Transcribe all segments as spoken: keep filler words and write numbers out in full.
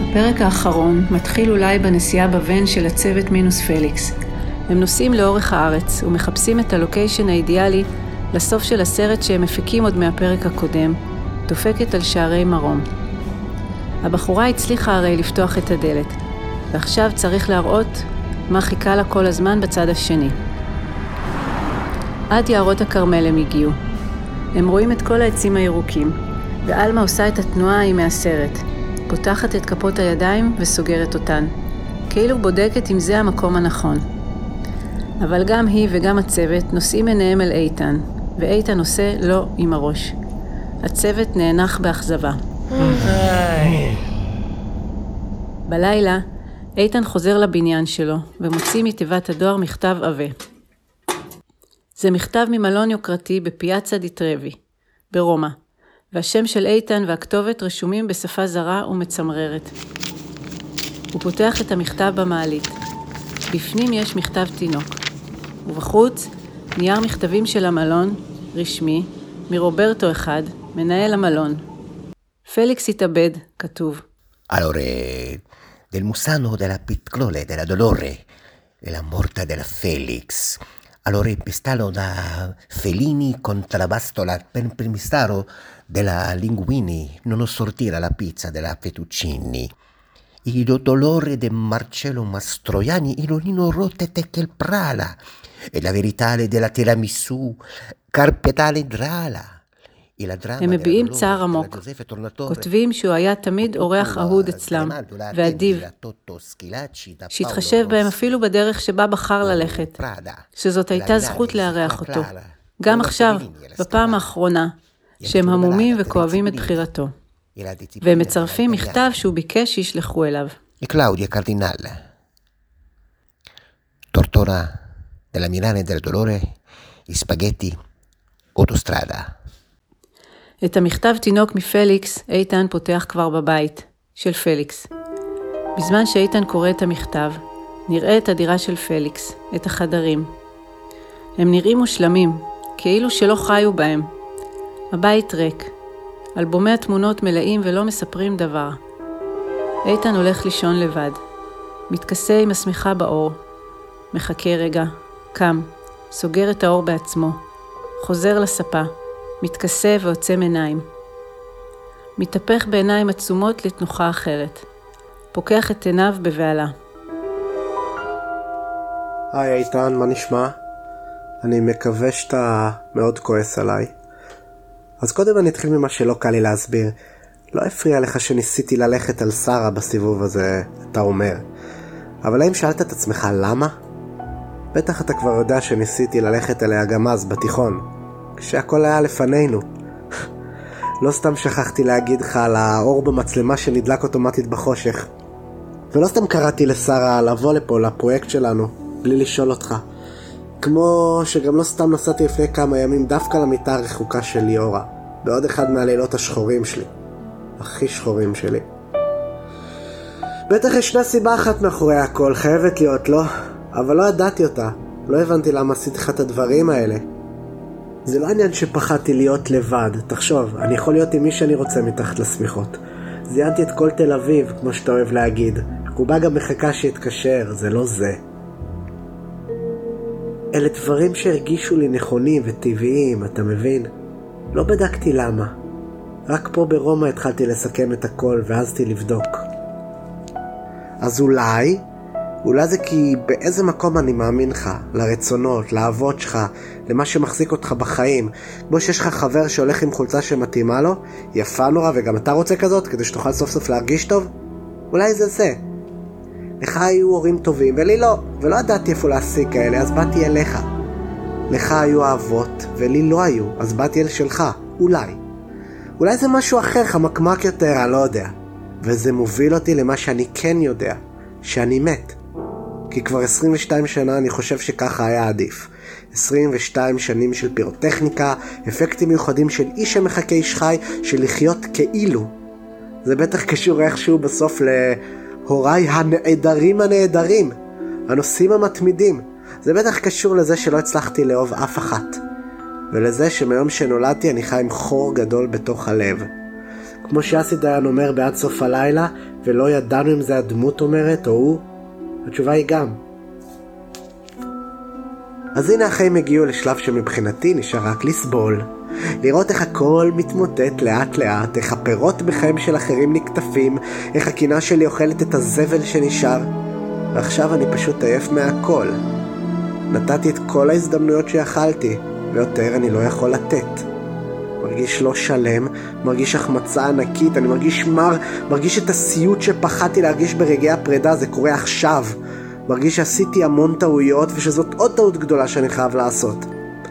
הפרק האחרון מתחיל אולי בנסיעה בוון של הצוות מינוס פליקס. הם נוסעים לאורך הארץ ומחפשים את הלוקיישן האידיאלי לסוף של הסרט שהם מפיקים עוד מהפרק הקודם, דופקת על שערי מרום. הבחורה הצליחה הרי לפתוח את הדלת, ועכשיו צריך להראות מה חיכה לה כל הזמן בצד השני. עד יערות הכרמל הם הגיעו. הם רואים את כל העצים הירוקים, ואלמה עושה את התנועה היא מהסרט, פותחת את כפות הידיים וסוגרת אותן, כאילו בודקת אם זה המקום הנכון. אבל גם היא וגם הצוות נושאים עיניהם אל איתן, ואיתן עושה לא עם הראש. הצוות נאנח באכזבה. בלילה, איתן חוזר לבניין שלו, ומוציא מתיבת הדואר מכתב עבה. זה מכתב ממלון יוקרתי בפיאצה די טרבי, ברומא, והשם של איתן והכתובת רשומים בשפה זרה ומצמררת. הוא פותח את המכתב במעלית. בפנים יש מכתב תינוק, ובחוץ נייר מכתבים של המלון, רשמי, מרוברטו אחד, מנהל המלון. פליקס התאבד, כתוב. Allora, del Musano della Piccola, della Dolore, della morta della Felix. Allora, pistalo da Felini contro la bastola per il mistero della Linguini, non sortire la pizza della Fettuccini. Il dolore di Marcello Mastroianni, il olino rotte che il prala, e la verità della tiramisù, carpetale drala. הם מביעים צער עמוק, כותבים שהוא היה תמיד אורח אהוד אצלם, ואדיב, שהתחשב בהם אפילו בדרך שבה בחר ללכת, שזאת הייתה זכות לארח אותו, גם עכשיו, בפעם האחרונה, שהם המומים וכואבים את בחירתו, והם מצרפים מכתב שהוא ביקש שישלחו אליו. קלאודיה קרדינל, טורטורה דלה מילאנה דלה דולורה, ספגטי, אוטוסטרדה. את המכתב תינוק מפליקס, איתן פותח כבר בבית, של פליקס. בזמן שאיתן קורא את המכתב, נראה את הדירה של פליקס, את החדרים. הם נראים מושלמים, כאילו שלא חיו בהם. הבית ריק. אלבומי התמונות מלאים ולא מספרים דבר. איתן הולך לישון לבד. מתכסה עם השמיכה באור. מחכה רגע, קם, סוגר את האור בעצמו. חוזר לספה. מתכסה ועוצם עיניים. מתהפך בעיניים עצומות לתנוחה אחרת. פוקח את עיניו בבעלה. היי איתן, מה נשמע? אני מקווה שאתה מאוד כועס עליי. אז קודם אני אתחיל ממה שלא קל לי להסביר. לא הפריע לך שניסיתי ללכת על שרה בסיבוב הזה, אתה אומר. אבל האם שאלת את עצמך למה? בטח אתה כבר יודע שניסיתי ללכת אליה גם אז בתיכון. כשהכל היה לפנינו. לא סתם שכחתי להגיד לך על האור במצלמה שנדלק אוטומטית בחושך. ולא סתם קראתי לשרה לבוא לפה לפרויקט שלנו, בלי לשאול אותך. כמו שגם לא סתם נסעתי לפני כמה ימים דווקא למיטה הרחוקה של ליאורה, בעוד אחד מהלילות השחורים שלי. הכי שחורים שלי. בטח ישנה סיבה אחת מאחורי הכל, חייבת להיות, לא? אבל לא ידעתי אותה. לא הבנתי למה עשיתי לך את הדברים האלה. זה לא עניין שפחדתי להיות לבד. תחשוב, אני יכול להיות עם מי שאני רוצה מתחת לסמיכות. זיינתי את כל תל אביב, כמו שאתה אוהב להגיד. רובה גם מחכה שיתקשר, זה לא זה. אלה דברים שהרגישו לי נכונים וטבעיים, אתה מבין? לא בדקתי למה. רק פה ברומא התחלתי לסכם את הכל והזתי לבדוק. אז אולי... אולי זה כי באיזה מקום אני מאמין לך, לרצונות, לאהבות שלך, למה שמחזיק אותך בחיים. כמו שיש לך חבר שהולך עם חולצה שמתאימה לו, יפה נורא וגם אתה רוצה כזאת, כדי שתוכל סוף סוף להרגיש טוב? אולי זה זה. לך היו הורים טובים ולי לא, ולא ידעתי איפה להשיג כאלה, אז באתי אליך. לך היו אהבות ולי לא היו, אז באתי אל שלך, אולי. אולי זה משהו אחר, חמקמק יותר, אני לא יודע. וזה מוביל אותי למה שאני כן יודע, שאני מת. כי כבר עשרים ושתיים שנה אני חושב שככה היה עדיף. עשרים ושתיים שנים של פירוטכניקה, אפקטים מיוחדים של איש שמחכה איש חי, של לחיות כאילו. זה בטח קשור איכשהו בסוף להוריי הנעדרים הנעדרים, הנושאים המתמידים. זה בטח קשור לזה שלא הצלחתי לאהוב אף אחת. ולזה שמיום שנולדתי אני חי עם חור גדול בתוך הלב. כמו שיאסי דיין אומר בעד סוף הלילה, ולא ידענו אם זה הדמות אומרת או הוא? התשובה היא גם. אז הנה החיים הגיעו לשלב שמבחינתי נשאר רק לסבול. לראות איך הכל מתמוטט לאט לאט, איך הפירות בחיים של אחרים נקטפים, איך הקינה שלי אוכלת את הזבל שנשאר. ועכשיו אני פשוט עייף מהכל. נתתי את כל ההזדמנויות שיכלתי, ויותר אני לא יכול לתת. מרגיש לא שלם, מרגיש החמצה ענקית, אני מרגיש מר, מרגיש את הסיוט שפחדתי להרגיש ברגעי הפרידה, זה קורה עכשיו. מרגיש שעשיתי המון טעויות, ושזאת עוד טעות גדולה שאני חייב לעשות.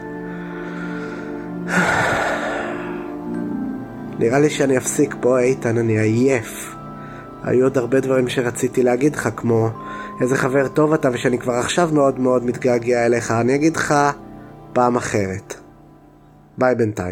נראה לי שאני אפסיק פה, איתן, אני עייף. היו עוד הרבה דברים שרציתי להגיד לך, כמו איזה חבר טוב אתה, ושאני כבר עכשיו מאוד מאוד מתגעגע אליך. אני אגיד לך פעם אחרת. ביי בינתיים.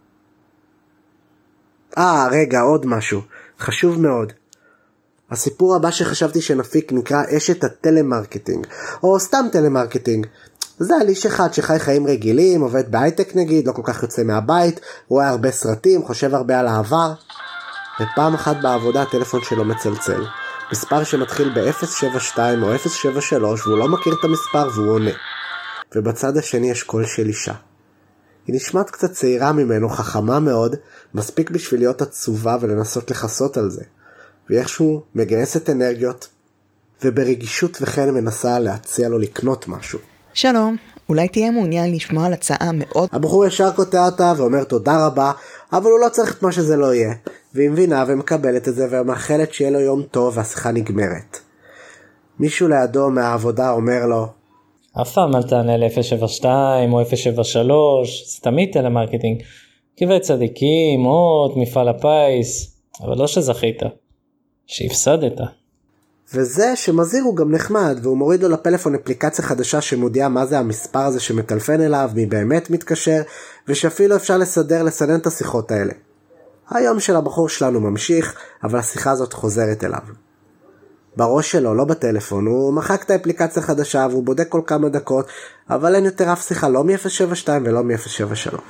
אה, רגע, עוד משהו. חשוב מאוד. הסיפור הבא שחשבתי שנפיק נקרא אשת הטלמרקטינג, או סתם טלמרקטינג. זה על איש אחד שחי חיים רגילים, עובד בהייטק נגיד, לא כל כך יוצא מהבית, רואה הרבה סרטים, חושב הרבה על העבר. ופעם אחת בעבודה הטלפון שלו מצלצל. מספר שמתחיל ב-אפס שבע שתיים או אפס שבע שלוש, והוא לא מכיר את המספר והוא עונה. ובצד השני יש קול של אישה. היא נשמעת קצת צעירה ממנו, חכמה מאוד, מספיק בשביל להיות עצובה ולנסות לחסות על זה. ואיכשהו מגייסת אנרגיות, וברגישות וכן מנסה להציע לו לקנות משהו. שלום, אולי תהיה מעוניין לשמוע על הצעה מאוד... הבחור ישר קוטע אותה ואומר תודה רבה, אבל הוא לא צריך את מה שזה לא יהיה. והיא מבינה ומקבלת את זה ומאחלת שיהיה לו יום טוב והשיחה נגמרת. מישהו לידו מהעבודה אומר לו, אף פעם אל תענה ל-אפס שבע שתיים או אפס שבע שלוש, זה תמיד טלמרקטינג. קברי צדיקים, עוד, מפעל הפיס, אבל לא שזכית, שהפסדת. וזה שמזהיר הוא גם נחמד, והוא מוריד לו לפלאפון אפליקציה חדשה שמודיעה מה זה המספר הזה שמטלפן אליו, מי באמת מתקשר, ושאפילו אפשר לסדר לסנן את השיחות האלה. היום של הבחור שלנו ממשיך, אבל השיחה הזאת חוזרת אליו. בראש שלו, לא בטלפון, הוא מחק את האפליקציה החדשה, והוא בודק כל כמה דקות, אבל אין יותר אף שיחה, לא מ-אפס שבע שתיים ולא מ-אפס שבע שלוש.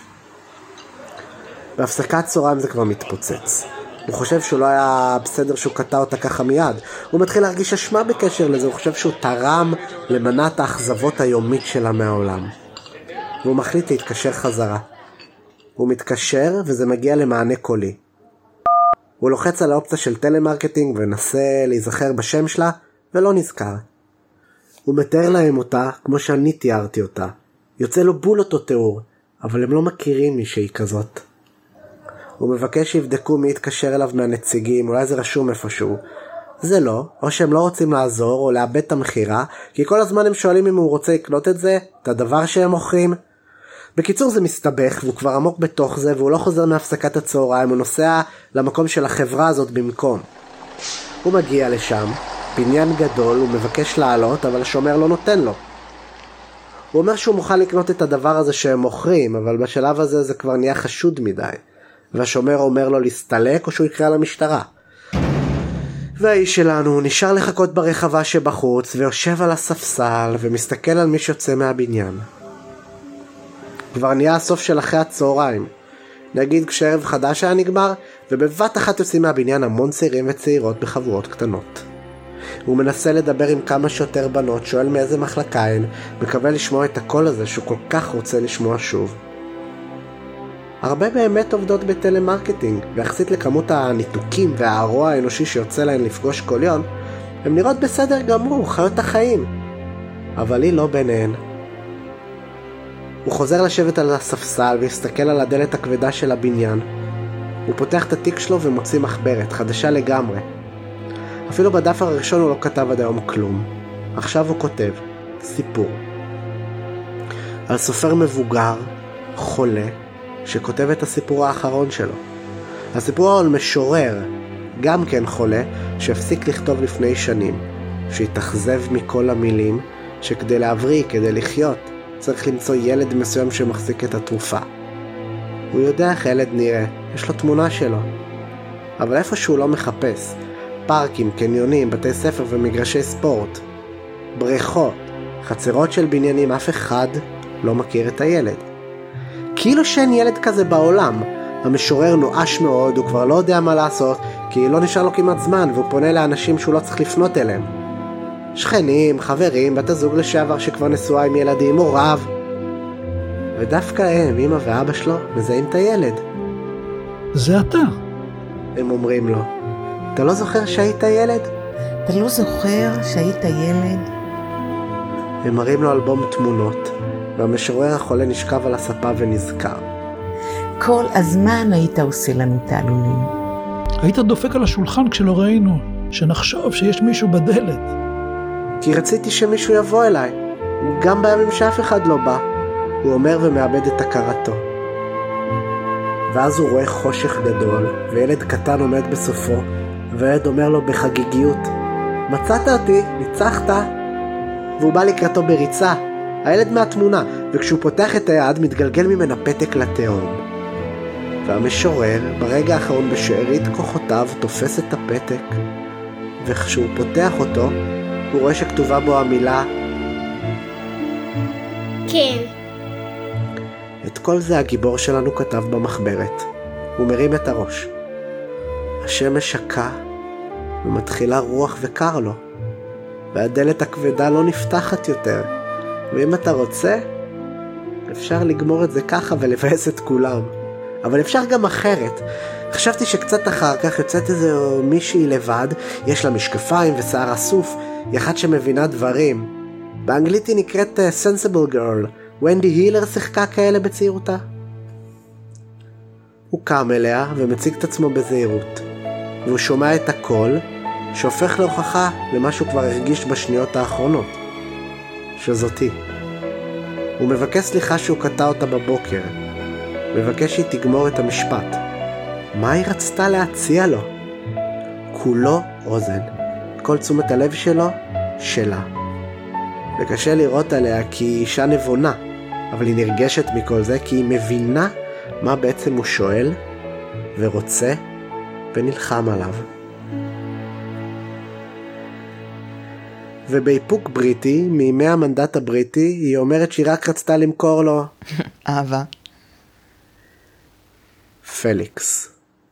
בהפסקת צהריים זה כבר מתפוצץ. הוא חושב שהוא לא היה בסדר שהוא קטע אותה ככה מיד. הוא מתחיל להרגיש אשמה בקשר לזה, הוא חושב שהוא תרם למנת האכזבות היומית שלה מהעולם. והוא מחליט להתקשר חזרה. הוא מתקשר וזה מגיע למענה קולי. הוא לוחץ על האופציה של טלמרקטינג ונסה להיזכר בשם שלה, ולא נזכר. הוא מתאר להם אותה כמו שאני תיארתי אותה. יוצא לו בול אותו תיאור, אבל הם לא מכירים מישהי כזאת. הוא מבקש שיבדקו מי יתקשר אליו מהנציגים, אולי זה רשום איפשהו. זה לא, או שהם לא רוצים לעזור או לאבד את המחירה, כי כל הזמן הם שואלים אם הוא רוצה לקנות את זה, את הדבר שהם מוכרים. בקיצור זה מסתבך, והוא כבר עמוק בתוך זה, והוא לא חוזר מהפסקת הצהריים, הוא נוסע למקום של החברה הזאת במקום. הוא מגיע לשם, בניין גדול, הוא מבקש לעלות, אבל השומר לא נותן לו. הוא אומר שהוא מוכן לקנות את הדבר הזה שהם מוכרים, אבל בשלב הזה זה כבר נהיה חשוד מדי. והשומר אומר לו להסתלק או שהוא יקרא למשטרה. והאיש שלנו נשאר לחכות ברחבה שבחוץ ויושב על הספסל ומסתכל על מי שיוצא מהבניין. כבר נהיה הסוף של אחרי הצהריים. נגיד כשערב חדש היה נגמר, ובבת אחת יוצאים מהבניין המון צעירים וצעירות בחבורות קטנות. הוא מנסה לדבר עם כמה שיותר בנות, שואל מאיזה מחלקה הן, מקווה לשמוע את הקול הזה שהוא כל כך רוצה לשמוע שוב. הרבה באמת עובדות בטלמרקטינג, ויחסית לכמות הניתוקים והרוע האנושי שיוצא להן לפגוש כל יום, הן נראות בסדר גמור, חיות החיים. אבל היא לא ביניהן. הוא חוזר לשבת על הספסל ויסתכל על הדלת הכבדה של הבניין. הוא פותח את התיק שלו ומוציא מחברת, חדשה לגמרי. אפילו בדף הראשון הוא לא כתב עד היום כלום. עכשיו הוא כותב סיפור. על סופר מבוגר, חולה, שכותב את הסיפור האחרון שלו. הסיפור על משורר, גם כן חולה, שהפסיק לכתוב לפני שנים, שהתאכזב מכל המילים, שכדי להבריא, כדי לחיות, צריך למצוא ילד מסוים שמחזיק את התרופה. הוא יודע איך ילד נראה, יש לו תמונה שלו. אבל איפה שהוא לא מחפש, פארקים, קניונים, בתי ספר ומגרשי ספורט, בריכות, חצרות של בניינים, אף אחד לא מכיר את הילד. כאילו שאין ילד כזה בעולם, המשורר נואש מאוד, הוא כבר לא יודע מה לעשות, כי לא נשאר לו כמעט זמן, והוא פונה לאנשים שהוא לא צריך לפנות אליהם. שכנים, חברים, בת הזוג לשעבר שכבר נשואה עם ילדים, הוריו. ודווקא הם, אמא ואבא שלו, מזהים את הילד. זה אתה. הם אומרים לו, אתה לא זוכר שהיית ילד? אתה לא זוכר שהיית ילד? הם מראים לו אלבום תמונות, והמשורר החולה נשכב על הספה ונזכר. כל הזמן היית עושה לנו תעלולים. היית דופק על השולחן כשלא ראינו, שנחשוב שיש מישהו בדלת. כי רציתי שמישהו יבוא אליי, גם בימים שאף אחד לא בא. הוא אומר ומאבד את הכרתו. ואז הוא רואה חושך גדול, וילד קטן עומד בסופו, וילד אומר לו בחגיגיות, מצאת אותי, ניצחת. והוא בא לקראתו בריצה, הילד מהתמונה, וכשהוא פותח את היד מתגלגל ממנה פתק לתהום. והמשורר ברגע האחרון בשארית כוחותיו תופס את הפתק, וכשהוא פותח אותו הוא רואה שכתובה בו המילה כן. את כל זה הגיבור שלנו כתב במחברת. הוא מרים את הראש. השמש שקע ומתחילה רוח וקר לו, והדלת הכבדה לא נפתחת יותר, ואם אתה רוצה אפשר לגמור את זה ככה ולבאס את כולם, אבל אפשר גם אחרת. חשבתי שקצת אחר כך יוצאת איזו מישהי לבד, יש לה משקפיים ושיער אסוף, היא אחת שמבינה דברים. באנגלית היא נקראת uh, Sensible Girl. ונדי הילר שיחקה כאלה בצעירותה. הוא קם אליה ומציג את עצמו בזהירות, והוא שומע את הקול שהופך להוכחה למה שהוא כבר הרגיש בשניות האחרונות, שזאתי. הוא מבקש סליחה שהוא קטע אותה בבוקר, מבקש שהיא תגמור את המשפט. מה היא רצתה להציע לו? כולו אוזן, כל תשומת הלב שלו שלה. וקשה לראות עליה כי היא אישה נבונה, אבל היא נרגשת מכל זה כי היא מבינה מה בעצם הוא שואל ורוצה ונלחם עליו. ובאיפוק בריטי, מימי המנדט הבריטי, היא אומרת שהיא רק רצתה למכור לו אהבה. פליקס.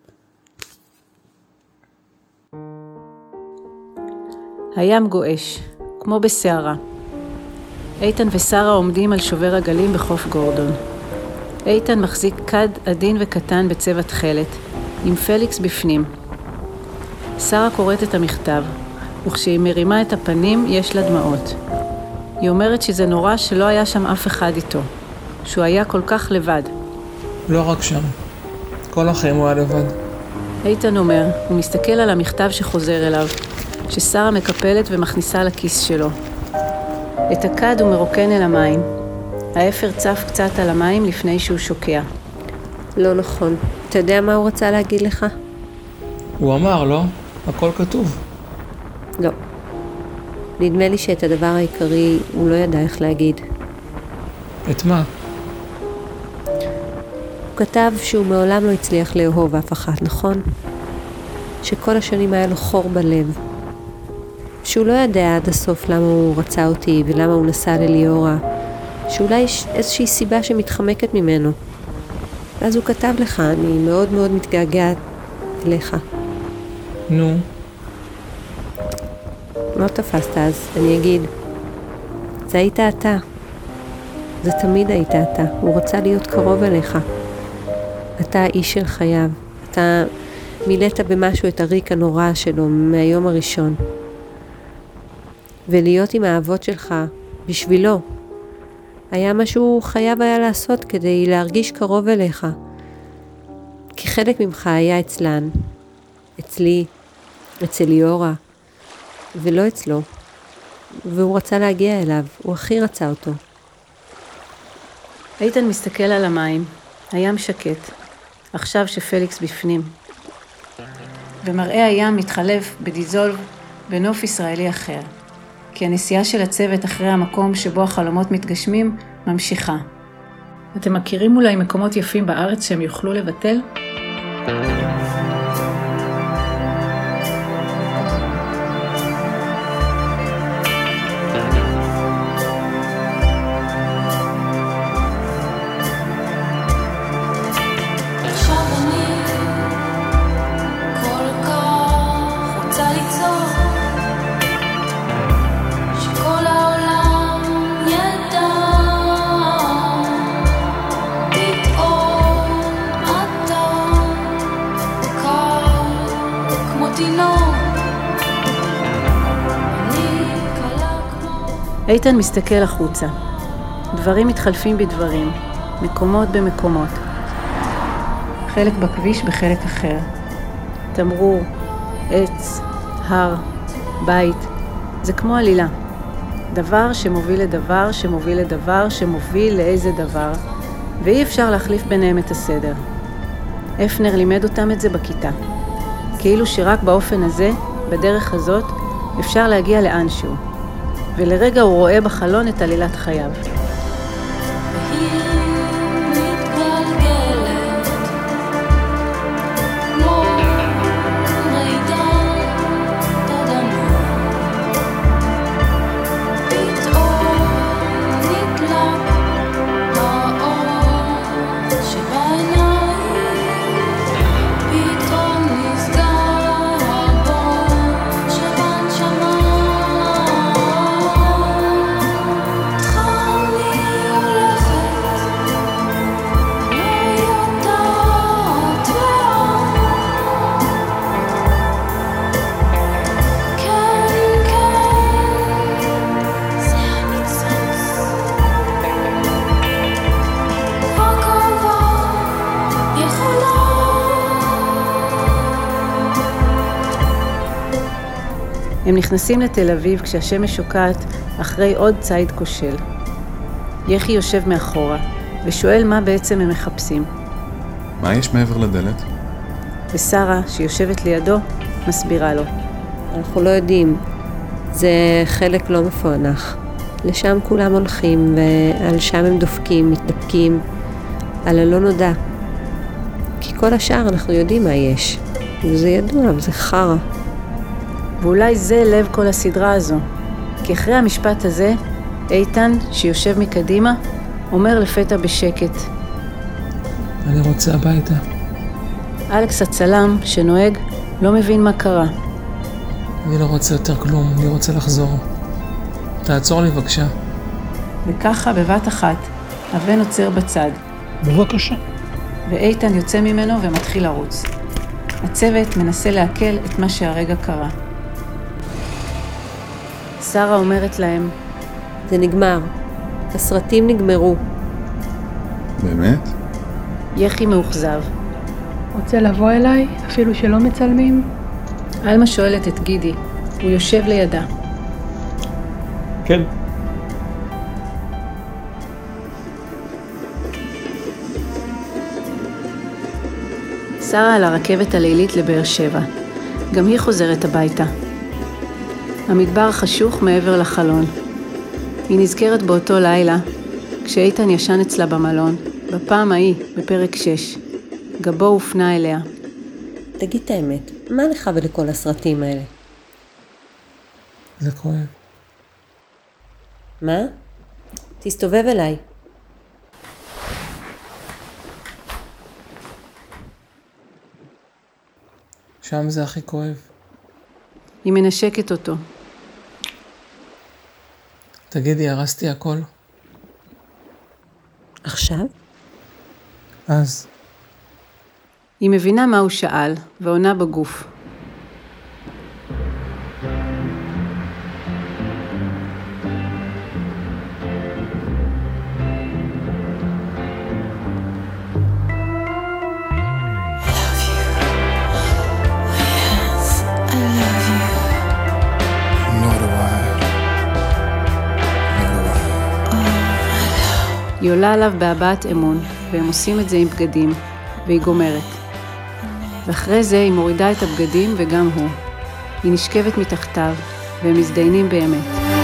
הים גועש, כמו בסערה. איתן ושרה עומדים על שובר הגלים בחוף גורדון. איתן מחזיק כד עדין וקטן בצבע תכלת, עם פליקס בפנים. שרה קוראת את המכתב, וכשהיא מרימה את הפנים יש לה דמעות. היא אומרת שזה נורא שלא היה שם אף אחד איתו, שהוא היה כל כך לבד. לא רק שם, כל החיים הוא היה לבד. איתן אומר, הוא מסתכל על המכתב שחוזר אליו, ששרה מקפלת ומכניסה לכיס שלו. את הכד הוא מרוקן אל המים. האפר צף קצת על המים לפני שהוא שוקע. לא נכון. אתה יודע מה הוא רצה להגיד לך? הוא אמר, לא? הכל כתוב. לא. נדמה לי שאת הדבר העיקרי הוא לא ידע איך להגיד. את מה? הוא כתב שהוא מעולם לא הצליח לאהוב אף אחת, נכון? שכל השנים היה לו חור בלב. שהוא לא ידע עד הסוף למה הוא רצה אותי ולמה הוא נסע לליאורה. שאולי יש איזושהי סיבה שמתחמקת ממנו. ואז הוא כתב לך, אני מאוד מאוד מתגעגעת אליך. נו. לא תפסת אז, אני אגיד. זה היית אתה. זה תמיד היית אתה. הוא רצה להיות קרוב אליך. אתה האיש של חייו. אתה מילאת במשהו את הריק הנורא שלו מהיום הראשון. ולהיות עם האהבות שלך בשבילו היה משהו חייב היה לעשות כדי להרגיש קרוב אליך. כי חלק ממך היה אצלן, אצלי, אצל ליאורה, ולא אצלו. והוא רצה להגיע אליו, הוא הכי רצה אותו. איתן מסתכל על המים, הים שקט, עכשיו שפליקס בפנים. ומראה הים מתחלף בדיזולב בנוף ישראלי אחר. כי הנסיעה של הצוות אחרי המקום שבו החלומות מתגשמים ממשיכה. אתם מכירים אולי מקומות יפים בארץ שהם יוכלו לבטל? עכשיו איתן מסתכל החוצה. דברים מתחלפים בדברים, מקומות במקומות. חלק בכביש בחלק אחר. תמרור, עץ, הר, בית. זה כמו עלילה. דבר שמוביל לדבר, שמוביל לדבר, שמוביל לאיזה דבר, ואי אפשר להחליף ביניהם את הסדר. אפנר לימד אותם את זה בכיתה. כאילו שרק באופן הזה, בדרך הזאת, אפשר להגיע לאנשהו. ולרגע הוא רואה בחלון את עלילת חייו. הם נכנסים לתל אביב כשהשמש שוקעת אחרי עוד צייד כושל. יחי יושב מאחורה ושואל מה בעצם הם מחפשים. מה יש מעבר לדלת? ושרה, שיושבת לידו, מסבירה לו. אנחנו לא יודעים. זה חלק לא מפוענח. לשם כולם הולכים ועל שם הם דופקים, מתדפקים. על הלא נודע. כי כל השאר אנחנו יודעים מה יש. וזה ידוע, וזה חרה. ואולי זה לב כל הסדרה הזו. כי אחרי המשפט הזה, איתן, שיושב מקדימה, אומר לפתע בשקט. אני רוצה הביתה. אלכס הצלם, שנוהג, לא מבין מה קרה. אני לא רוצה יותר כלום, אני רוצה לחזור. תעצור לי בבקשה. וככה בבת אחת, הבן עוצר בצד. בבקשה. ואיתן יוצא ממנו ומתחיל לרוץ. הצוות מנסה להקל את מה שהרגע קרה. שרה אומרת להם, זה נגמר. הסרטים נגמרו. באמת? יחי מאוכזב. רוצה לבוא אליי, אפילו שלא מצלמים? אלמה שואלת את גידי, הוא יושב לידה. כן. שרה על הרכבת הלילית לבאר שבע. גם היא חוזרת הביתה. המדבר חשוך מעבר לחלון. היא נזכרת באותו לילה, כשאיתן ישן אצלה במלון, בפעם ההיא, בפרק שש. גבו הופנה אליה. תגיד את האמת, מה לך ולכל הסרטים האלה? זה כואב. מה? תסתובב אליי. שם זה הכי כואב. היא מנשקת אותו. תגידי, הרסתי הכל? עכשיו? אז. היא מבינה מה הוא שאל, ועונה בגוף. היא עולה עליו בהבעת אמון, והם עושים את זה עם בגדים, והיא גומרת. ואחרי זה היא מורידה את הבגדים וגם הוא. היא נשכבת מתחתיו, והם מזדיינים באמת.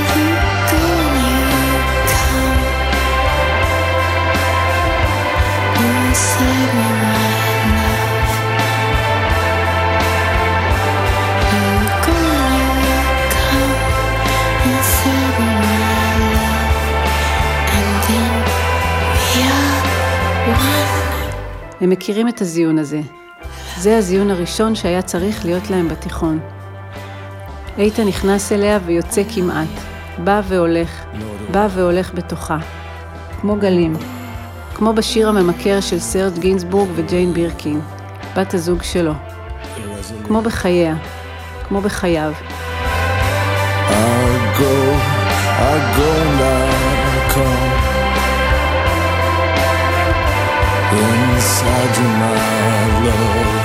הם מכירים את הזיון הזה. זה הזיון הראשון שהיה צריך להיות להם בתיכון. איתן נכנס אליה ויוצא כמעט, בא והולך, בא והולך בתוכה, כמו גלים, כמו בשיר הממכר של סרט גינסבורג וג'יין בירקין, בת הזוג שלו, כמו בחייה, כמו בחייו. I'll go, I'll go now, come inside you, my love.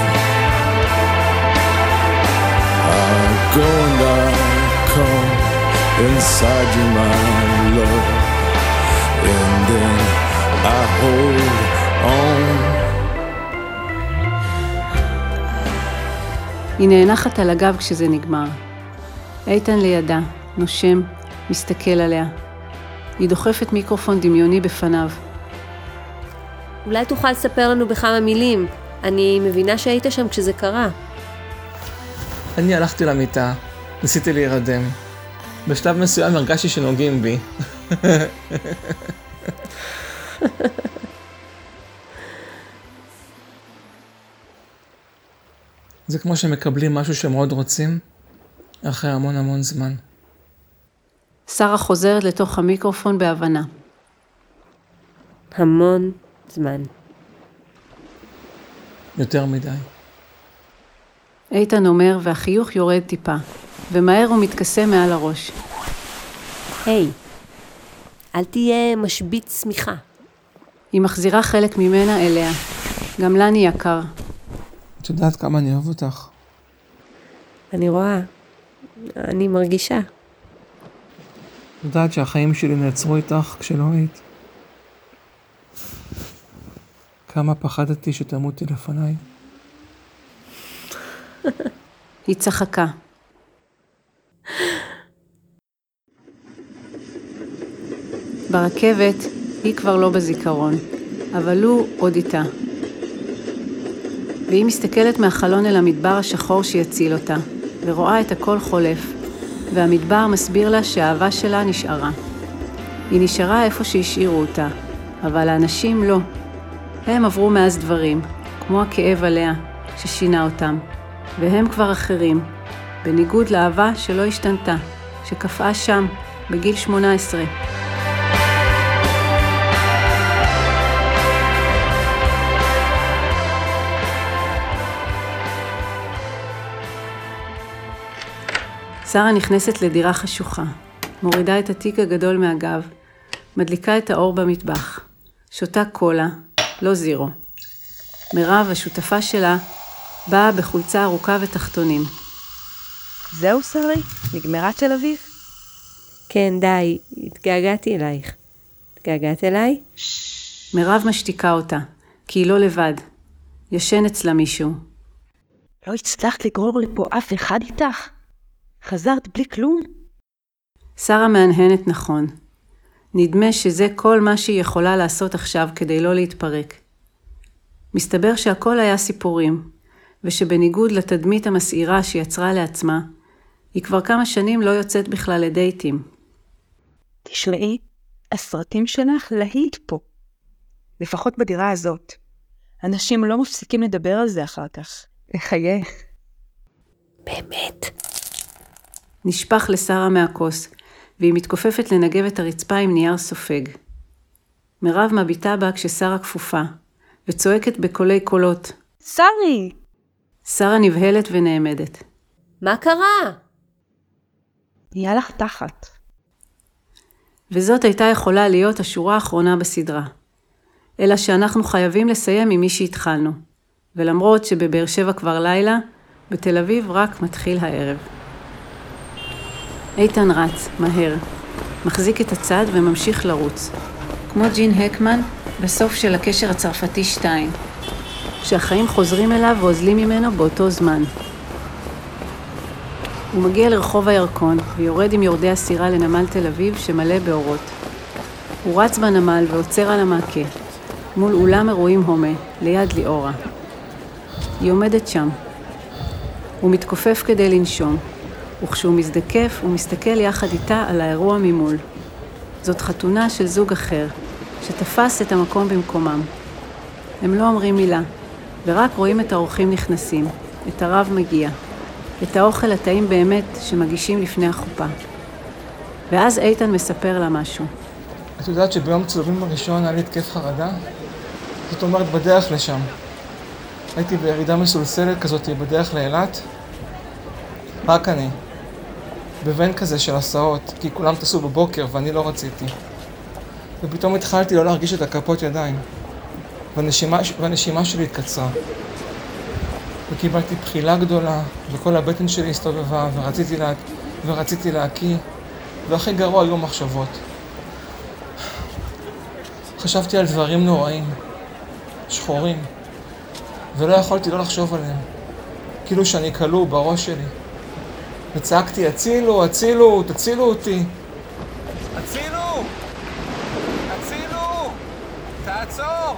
I'll go and I'll come inside you, my love. And then I hold on. היא נאנחת על הגב כשזה נגמר. איתן לידה, נושם, מסתכל עליה. היא דוחפת מיקרופון דמיוני בפניו. אולי תוכל לספר לנו בכמה מילים. אני מבינה שהיית שם כשזה קרה. אני הלכתי למיטה, ניסיתי להירדם. בשלב מסוים הרגשתי שנוגעים בי. זה כמו שמקבלים משהו שמאוד רוצים, אחרי המון המון זמן. שרה חוזרת לתוך המיקרופון בהבנה. המון זמן. יותר מדי. איתן אומר והחיוך יורד טיפה, ומהר הוא מתכסה מעל הראש. היי, אל תהיה משבית צמיחה. היא מחזירה חלק ממנה אליה. גם לני יקר. את יודעת כמה אני אוהב אותך. אני רואה. אני מרגישה. את יודעת שהחיים שלי נעצרו איתך כשלא היית. כמה פחדתי שתמותי לפניי. היא צחקה. ברכבת היא כבר לא בזיכרון, אבל הוא עוד איתה. והיא מסתכלת מהחלון אל המדבר השחור שיציל אותה, ורואה את הכל חולף, והמדבר מסביר לה שהאהבה שלה נשארה. היא נשארה איפה שהשאירו אותה, אבל האנשים לא. הם עברו מאז דברים, כמו הכאב עליה, ששינה אותם, והם כבר אחרים, בניגוד לאהבה שלא השתנתה, שקפאה שם, בגיל שמונה עשרה. שרה נכנסת לדירה חשוכה, מורידה את התיק הגדול מהגב, מדליקה את האור במטבח, שותה קולה, לא זירו. מירב, השותפה שלה, באה בחולצה ארוכה ותחתונים. זהו שרי? נגמרה תל אביב? כן, די, התגעגעתי אלייך. התגעגעת אליי? מירב משתיקה אותה, כי היא לא לבד. ישן אצלה מישהו. לא הצלחת לגרור לפה אף אחד איתך? חזרת בלי כלום? שרה מהנהנת נכון. נדמה שזה כל מה שהיא יכולה לעשות עכשיו כדי לא להתפרק. מסתבר שהכל היה סיפורים, ושבניגוד לתדמית המסעירה שיצרה לעצמה, היא כבר כמה שנים לא יוצאת בכלל לדייטים. תשמעי, הסרטים שלך להיט פה. לפחות בדירה הזאת. אנשים לא מפסיקים לדבר על זה אחר כך. לחייך. באמת. נשפך לשרה מהכוס, והיא מתכופפת לנגב את הרצפה עם נייר סופג. מירב מביטה בה כששרה כפופה, וצועקת בקולי קולות. שרי! שרה נבהלת ונעמדת. מה קרה? נהיה לך תחת. וזאת הייתה יכולה להיות השורה האחרונה בסדרה. אלא שאנחנו חייבים לסיים עם מי שהתחלנו. ולמרות שבבאר שבע כבר לילה, בתל אביב רק מתחיל הערב. איתן רץ, מהר, מחזיק את הצד וממשיך לרוץ. כמו ג'ין הקמן בסוף של הקשר הצרפתי שתיים, שהחיים חוזרים אליו ועוזלים ממנו באותו זמן. הוא מגיע לרחוב הירקון ויורד עם יורדי הסירה לנמל תל אביב שמלא באורות. הוא רץ בנמל ועוצר על המעקה, מול אולם אירועים הומה, ליד ליאורה. היא עומדת שם. הוא מתכופף כדי לנשום, וכשהוא מזדקף הוא מסתכל יחד איתה על האירוע ממול. זאת חתונה של זוג אחר, שתפס את המקום במקומם. הם לא אומרים מילה, ורק רואים את האורחים נכנסים, את הרב מגיע. את האוכל הטעים באמת שמגישים לפני החופה. ואז איתן מספר לה משהו. את יודעת שביום צהובים הראשון היה לי התקף חרדה? זאת אומרת בדרך לשם. הייתי בירידה מסולסלת כזאת בדרך לאילת. רק אני. בבן כזה של הסעות, כי כולם טסו בבוקר ואני לא רציתי. ופתאום התחלתי לא להרגיש את הכפות ידיים. והנשימה, והנשימה שלי התקצרה. וקיבלתי בחילה גדולה, וכל הבטן שלי הסתובבה, ורציתי, לה... ורציתי להקיא, והכי גרוע היו מחשבות. חשבתי על דברים נוראים, שחורים, ולא יכולתי לא לחשוב עליהם, כאילו שאני כלוא בראש שלי. וצעקתי, הצילו, הצילו, תצילו אותי. הצילו! הצילו! תעצור!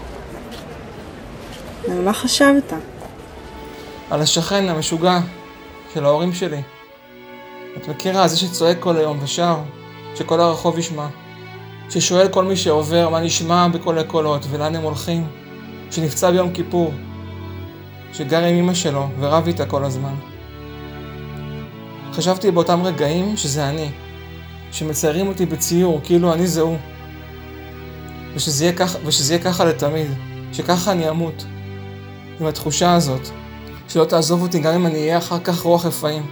על מה חשבת? על השכן המשוגע של ההורים שלי. את מכירה, זה שצועק כל היום ושר, שכל הרחוב ישמע. ששואל כל מי שעובר מה נשמע בכל הקולות ולאן הם הולכים. שנפצע ביום כיפור. שגר עם אמא שלו ורב איתה כל הזמן. חשבתי באותם רגעים שזה אני. שמציירים אותי בציור כאילו אני זהו. ושזה יהיה ככה, ושזה יהיה ככה לתמיד. שככה אני אמות. עם התחושה הזאת. שלא תעזוב אותי גם אם אני אהיה אחר כך רוח רפאים.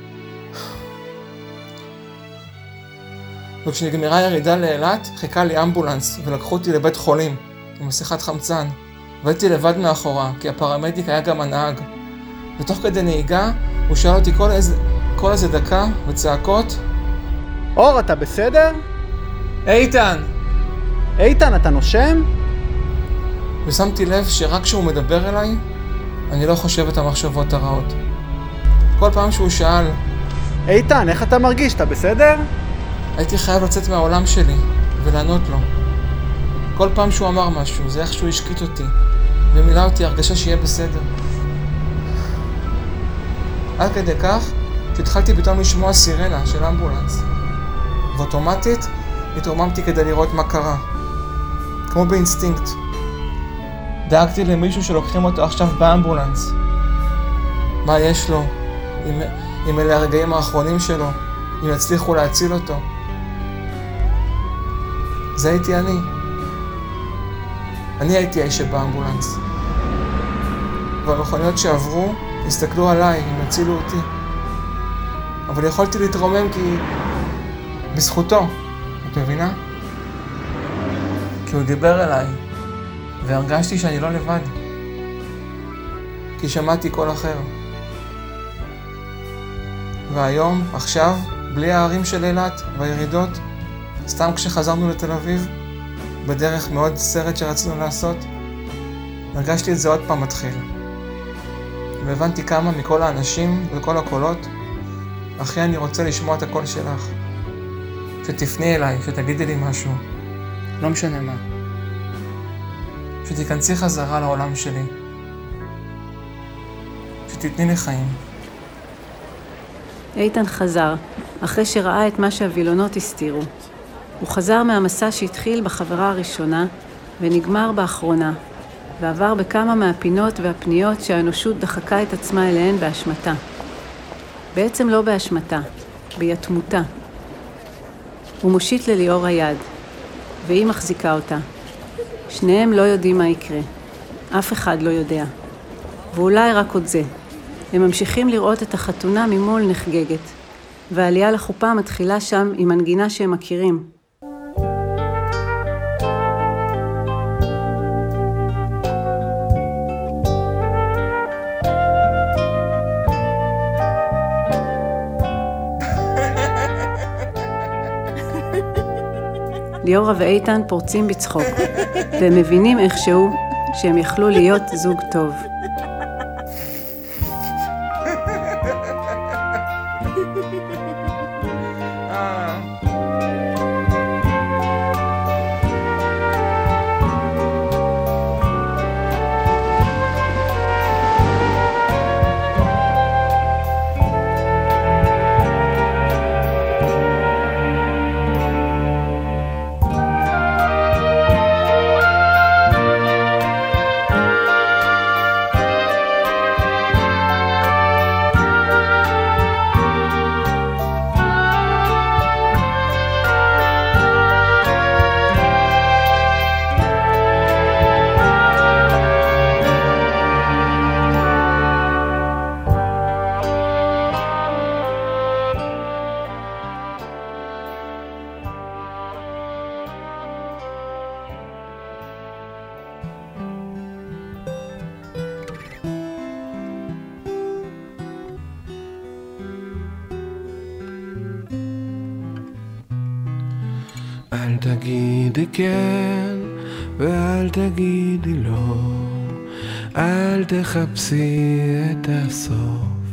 וכשנגמרה ירידה לאילת, חיכה לי אמבולנס ולקחו אותי לבית חולים עם מסכת חמצן. והייתי לבד מאחורה, כי הפרמדיק היה גם הנהג. ותוך כדי נהיגה, הוא שאל אותי כל איזה, כל איזה דקה בצעקות. אור, אתה בסדר? איתן! איתן, אתה נושם? ושמתי לב שרק כשהוא מדבר אליי, אני לא חושב את המחשבות הרעות. כל פעם שהוא שאל, איתן, איך אתה מרגיש? אתה בסדר? הייתי חייב לצאת מהעולם שלי ולענות לו. כל פעם שהוא אמר משהו, זה איך שהוא השקיט אותי, ומילא אותי הרגשה שיהיה בסדר. עד כדי כך שהתחלתי פתאום לשמוע סירנה של אמבולנס. ואוטומטית התרוממתי כדי לראות מה קרה. כמו באינסטינקט. דאגתי למישהו שלוקחים אותו עכשיו באמבולנס. מה יש לו? אם, אם אלה הרגעים האחרונים שלו, אם יצליחו להציל אותו. זה הייתי אני. אני הייתי האיש שבאמבולנס. והמכוניות שעברו הסתכלו עליי, הם הצילו אותי. אבל יכולתי להתרומם כי... בזכותו. את מבינה? כי הוא דיבר אליי. והרגשתי שאני לא לבד. כי שמעתי קול אחר. והיום, עכשיו, בלי הערים של אילת והירידות, סתם כשחזרנו לתל אביב, בדרך מאוד סרט שרצינו לעשות, הרגשתי את זה עוד פעם מתחיל. והבנתי כמה מכל האנשים וכל הקולות, אחי, אני רוצה לשמוע את הקול שלך. שתפני אליי, שתגידי לי משהו. לא משנה מה. שתיכנסי חזרה לעולם שלי. שתתני לי חיים. איתן חזר, אחרי שראה את מה שהווילונות הסתירו. הוא חזר מהמסע שהתחיל בחברה הראשונה ונגמר באחרונה, ועבר בכמה מהפינות והפניות שהאנושות דחקה את עצמה אליהן באשמתה. בעצם לא באשמתה, ביתמותה. הוא מושיט לליאור היד, והיא מחזיקה אותה. שניהם לא יודעים מה יקרה. אף אחד לא יודע. ואולי רק עוד זה. הם ממשיכים לראות את החתונה ממול נחגגת, והעלייה לחופה מתחילה שם עם מנגינה שהם מכירים. ליאורה ואיתן פורצים בצחוק, והם מבינים איכשהו שהם יכלו להיות זוג טוב. אל תגידי כן ואל תגידי לא, אל תחפשי את הסוף.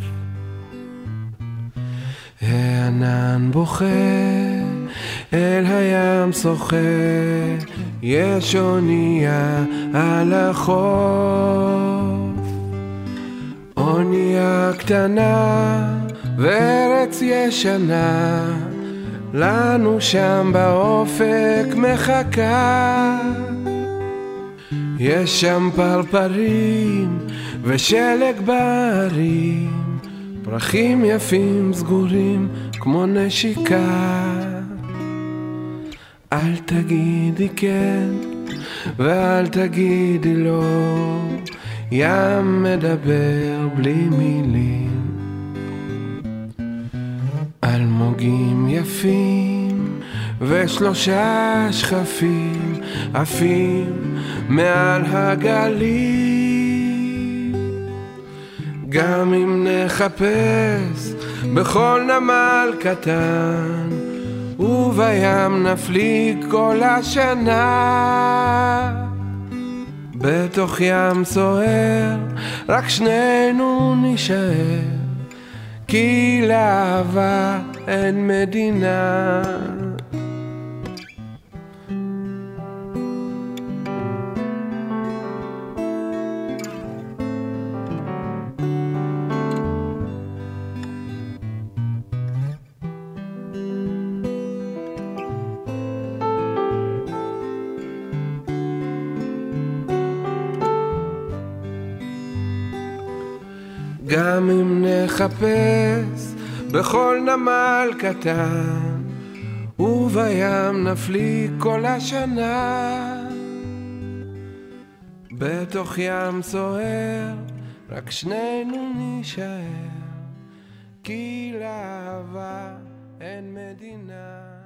הענן בוכה אל הים שוחה, יש אונייה על החוף. אונייה קטנה וארץ ישנה, לנו שם באופק מחכה. יש שם פרפרים ושלג בערים, פרחים יפים סגורים כמו נשיקה. אל תגידי כן ואל תגידי לא, ים מדבר בלי מילים. אלמוגים יפים ושלושה שכפים עפים מעל הגלים. גם אם נחפש בכל נמל קטן, ובים נפליג כל השנה, בתוך ים סוער רק שנינו נשאר, כי לאהבה אין מדינה. גם אם נחפש בכל נמל קטן, ובים נפליג כל השנה, בתוך ים סוער רק שנינו נשאר, כי לאהבה אין מדינה.